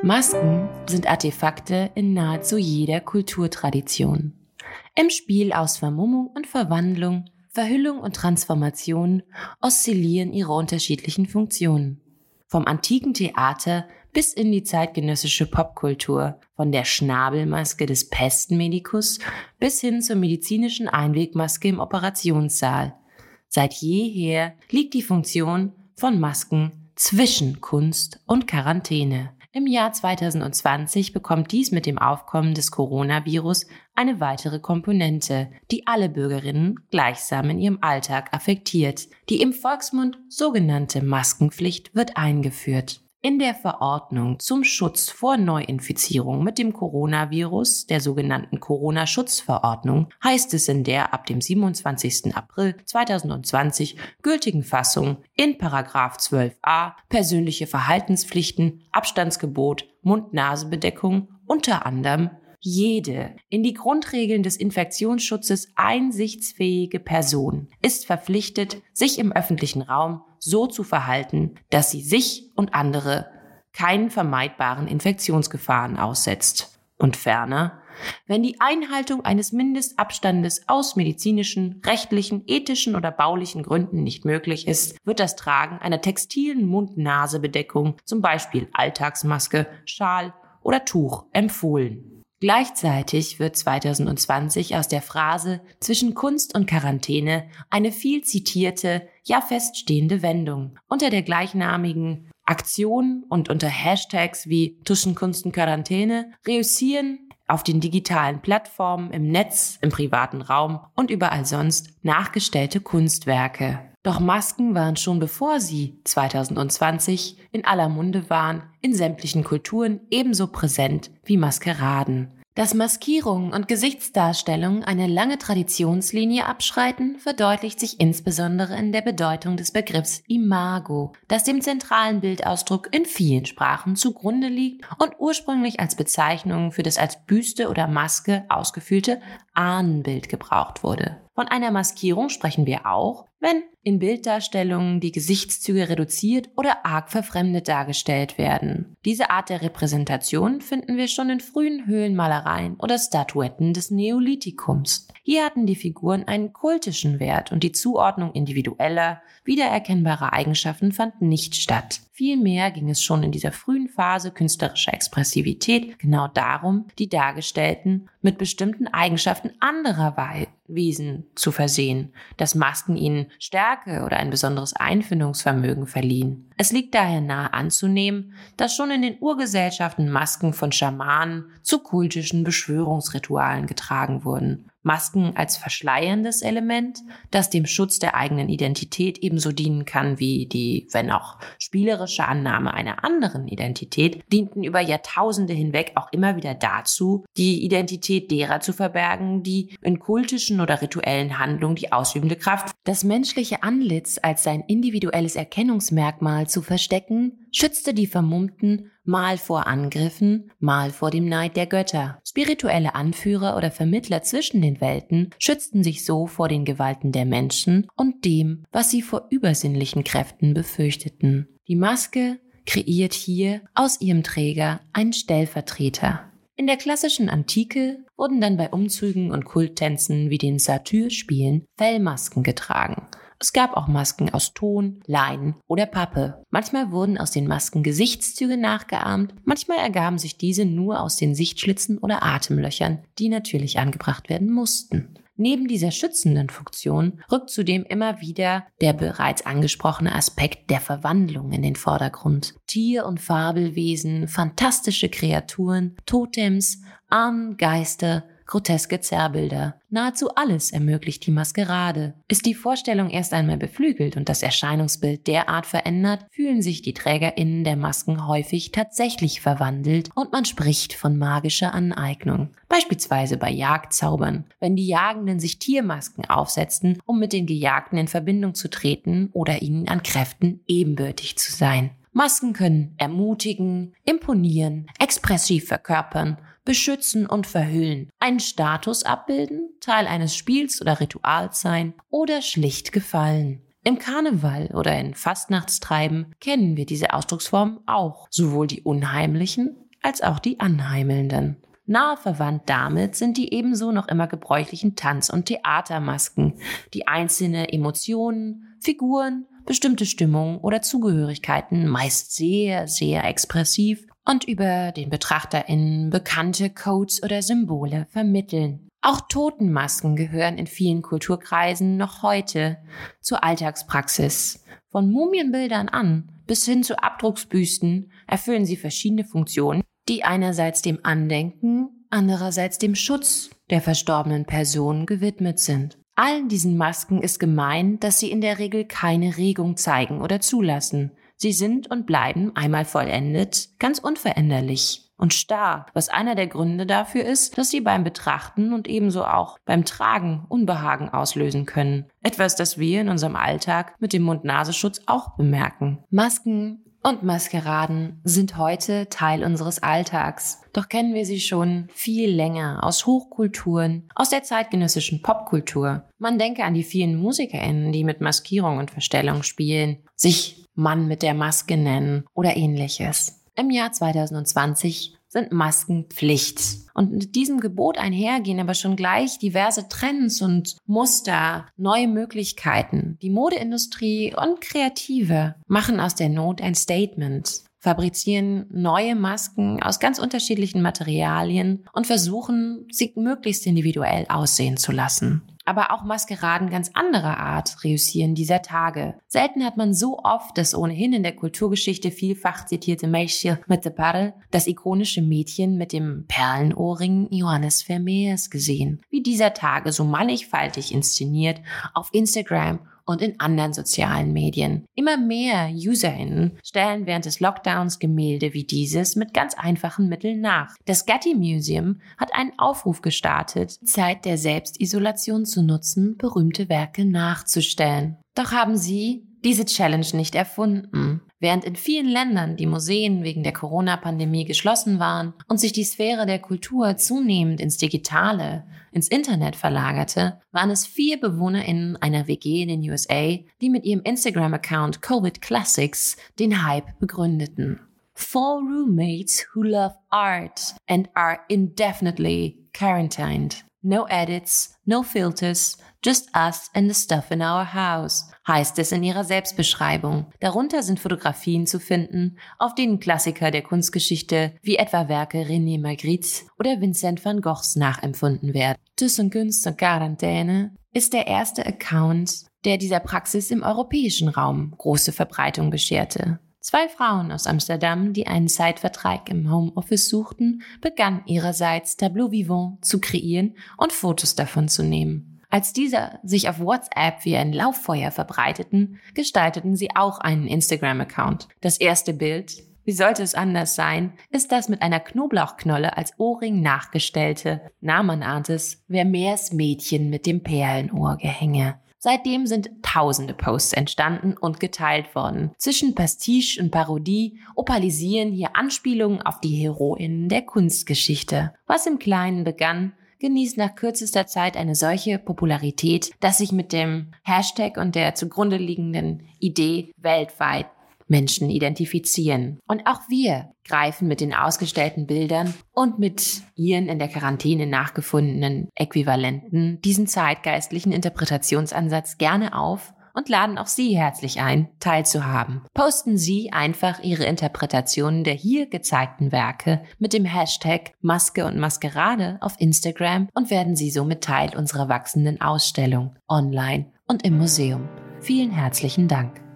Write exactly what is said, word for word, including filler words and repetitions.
Masken sind Artefakte in nahezu jeder Kulturtradition. Im Spiel aus Vermummung und Verwandlung, Verhüllung und Transformation oszillieren ihre unterschiedlichen Funktionen. Vom antiken Theater bis in die zeitgenössische Popkultur, von der Schnabelmaske des Pestmedikus bis hin zur medizinischen Einwegmaske im Operationssaal. Seit jeher liegt die Funktion von Masken zwischen Kunst und Quarantäne. Im Jahr zwanzig zwanzig bekommt dies mit dem Aufkommen des Coronavirus eine weitere Komponente, die alle Bürgerinnen gleichsam in ihrem Alltag affektiert. Die im Volksmund sogenannte Maskenpflicht wird eingeführt. In der Verordnung zum Schutz vor Neuinfizierung mit dem Coronavirus, der sogenannten Corona-Schutzverordnung, heißt es in der ab dem siebenundzwanzigsten April zweitausendzwanzig gültigen Fassung in Paragraph zwölf a persönliche Verhaltenspflichten, Abstandsgebot, Mund-Nase-Bedeckung unter anderem: Jede in die Grundregeln des Infektionsschutzes einsichtsfähige Person ist verpflichtet, sich im öffentlichen Raum so zu verhalten, dass sie sich und andere keinen vermeidbaren Infektionsgefahren aussetzt. Und ferner, wenn die Einhaltung eines Mindestabstandes aus medizinischen, rechtlichen, ethischen oder baulichen Gründen nicht möglich ist, wird das Tragen einer textilen Mund-Nase-Bedeckung, zum Beispiel Alltagsmaske, Schal oder Tuch, empfohlen. Gleichzeitig wird zwanzig zwanzig aus der Phrase zwischen Kunst und Quarantäne eine viel zitierte, ja feststehende Wendung. Unter der gleichnamigen Aktion und unter Hashtags wie Tuschen Kunst und Quarantäne reüssieren auf den digitalen Plattformen, im Netz, im privaten Raum und überall sonst nachgestellte Kunstwerke. Doch Masken waren schon bevor sie zwanzig zwanzig in aller Munde waren, in sämtlichen Kulturen ebenso präsent wie Maskeraden. Dass Maskierung und Gesichtsdarstellung eine lange Traditionslinie abschreiten, verdeutlicht sich insbesondere in der Bedeutung des Begriffs Imago, das dem zentralen Bildausdruck in vielen Sprachen zugrunde liegt und ursprünglich als Bezeichnung für das als Büste oder Maske ausgefüllte Ahnenbild gebraucht wurde. Von einer Maskierung sprechen wir auch, wenn in Bilddarstellungen die Gesichtszüge reduziert oder arg verfremdet dargestellt werden. Diese Art der Repräsentation finden wir schon in frühen Höhlenmalereien oder Statuetten des Neolithikums. Hier hatten die Figuren einen kultischen Wert und die Zuordnung individueller, wiedererkennbarer Eigenschaften fand nicht statt. Vielmehr ging es schon in dieser frühen Phase künstlerischer Expressivität genau darum, die Dargestellten mit bestimmten Eigenschaften anderer Wesen zu versehen, dass Masken ihnen Stärke oder ein besonderes Einfühlungsvermögen verliehen. Es liegt daher nahe anzunehmen, dass schon in den Urgesellschaften Masken von Schamanen zu kultischen Beschwörungsritualen getragen wurden. Masken als verschleierndes Element, das dem Schutz der eigenen Identität ebenso dienen kann wie die, wenn auch spielerische Annahme einer anderen Identität, dienten über Jahrtausende hinweg auch immer wieder dazu, die Identität derer zu verbergen, die in kultischen oder rituellen Handlungen die ausübende Kraft. Das menschliche Antlitz als sein individuelles Erkennungsmerkmal zu verstecken, schützte die Vermummten mal vor Angriffen, mal vor dem Neid der Götter. Spirituelle Anführer oder Vermittler zwischen den Welten schützten sich so vor den Gewalten der Menschen und dem, was sie vor übersinnlichen Kräften befürchteten. Die Maske kreiert hier aus ihrem Träger einen Stellvertreter. In der klassischen Antike wurden dann bei Umzügen und Kulttänzen wie den Satyrspielen Fellmasken getragen. Es gab auch Masken aus Ton, Leinen oder Pappe. Manchmal wurden aus den Masken Gesichtszüge nachgeahmt, manchmal ergaben sich diese nur aus den Sichtschlitzen oder Atemlöchern, die natürlich angebracht werden mussten. Neben dieser schützenden Funktion rückt zudem immer wieder der bereits angesprochene Aspekt der Verwandlung in den Vordergrund. Tier- und Fabelwesen, fantastische Kreaturen, Totems, Ahnen, Geister, groteske Zerrbilder. Nahezu alles ermöglicht die Maskerade. Ist die Vorstellung erst einmal beflügelt und das Erscheinungsbild derart verändert, fühlen sich die TrägerInnen der Masken häufig tatsächlich verwandelt und man spricht von magischer Aneignung. Beispielsweise bei Jagdzaubern, wenn die Jagenden sich Tiermasken aufsetzten, um mit den Gejagten in Verbindung zu treten oder ihnen an Kräften ebenbürtig zu sein. Masken können ermutigen, imponieren, expressiv verkörpern, beschützen und verhüllen, einen Status abbilden, Teil eines Spiels oder Rituals sein oder schlicht gefallen. Im Karneval oder in Fastnachtstreiben kennen wir diese Ausdrucksformen auch, sowohl die unheimlichen als auch die Anheimelnden. Nahe verwandt damit sind die ebenso noch immer gebräuchlichen Tanz- und Theatermasken, die einzelne Emotionen, Figuren, bestimmte Stimmungen oder Zugehörigkeiten meist sehr, sehr expressiv und über den BetrachterInnen bekannte Codes oder Symbole vermitteln. Auch Totenmasken gehören in vielen Kulturkreisen noch heute zur Alltagspraxis. Von Mumienbildern an bis hin zu Abdrucksbüsten erfüllen sie verschiedene Funktionen, die einerseits dem Andenken, andererseits dem Schutz der verstorbenen Person gewidmet sind. Allen diesen Masken ist gemein, dass sie in der Regel keine Regung zeigen oder zulassen. Sie sind und bleiben, einmal vollendet, ganz unveränderlich und starr, was einer der Gründe dafür ist, dass sie beim Betrachten und ebenso auch beim Tragen Unbehagen auslösen können. Etwas, das wir in unserem Alltag mit dem Mund-Nasenschutz auch bemerken. Masken und Maskeraden sind heute Teil unseres Alltags. Doch kennen wir sie schon viel länger aus Hochkulturen, aus der zeitgenössischen Popkultur. Man denke an die vielen MusikerInnen, die mit Maskierung und Verstellung spielen, sich Mann mit der Maske nennen oder ähnliches. Im Jahr zwanzig zwanzig sind Masken Pflicht. Und mit diesem Gebot einhergehen aber schon gleich diverse Trends und Muster, neue Möglichkeiten. Die Modeindustrie und Kreative machen aus der Not ein Statement, fabrizieren neue Masken aus ganz unterschiedlichen Materialien und versuchen, sie möglichst individuell aussehen zu lassen. Aber auch Maskeraden ganz anderer Art reüssieren dieser Tage. Selten hat man so oft das ohnehin in der Kulturgeschichte vielfach zitierte Meisje mit de Parel, das ikonische Mädchen mit dem Perlenohrring Johannes Vermeers gesehen, wie dieser Tage so mannigfaltig inszeniert auf Instagram und in anderen sozialen Medien. Immer mehr UserInnen stellen während des Lockdowns Gemälde wie dieses mit ganz einfachen Mitteln nach. Das Getty Museum hat einen Aufruf gestartet, die Zeit der Selbstisolation zu nutzen, berühmte Werke nachzustellen. Doch haben sie diese Challenge nicht erfunden. Während in vielen Ländern die Museen wegen der Corona-Pandemie geschlossen waren und sich die Sphäre der Kultur zunehmend ins Digitale, ins Internet verlagerte, waren es vier BewohnerInnen einer W G in den U S A, die mit ihrem Instagram-Account Covid Classics den Hype begründeten. Four roommates who love art and are indefinitely quarantined. No edits, no filters, just us and the stuff in our house, heißt es in ihrer Selbstbeschreibung. Darunter sind Fotografien zu finden, auf denen Klassiker der Kunstgeschichte wie etwa Werke René Magrittes oder Vincent van Goghs nachempfunden werden. Tussen Kunst und Quarantäne ist der erste Account, der dieser Praxis im europäischen Raum große Verbreitung bescherte. Zwei Frauen aus Amsterdam, die einen Zeitvertreib im Homeoffice suchten, begannen ihrerseits Tableau vivant zu kreieren und Fotos davon zu nehmen. Als diese sich auf WhatsApp wie ein Lauffeuer verbreiteten, gestalteten sie auch einen Instagram-Account. Das erste Bild, wie sollte es anders sein, ist das mit einer Knoblauchknolle als Ohrring nachgestellte. Na, man ahnt es, Vermeers Mädchen mit dem Perlenohrgehänge. Seitdem sind tausende Posts entstanden und geteilt worden. Zwischen Pastiche und Parodie opalisieren hier Anspielungen auf die Heroinnen der Kunstgeschichte. Was im Kleinen begann, genießt nach kürzester Zeit eine solche Popularität, dass sich mit dem Hashtag und der zugrunde liegenden Idee weltweit Menschen identifizieren. Und auch wir greifen mit den ausgestellten Bildern und mit ihren in der Quarantäne nachgefundenen Äquivalenten diesen zeitgeistlichen Interpretationsansatz gerne auf und laden auch Sie herzlich ein, teilzuhaben. Posten Sie einfach Ihre Interpretationen der hier gezeigten Werke mit dem Hashtag Maske und Maskerade auf Instagram und werden Sie somit Teil unserer wachsenden Ausstellung, online und im Museum. Vielen herzlichen Dank.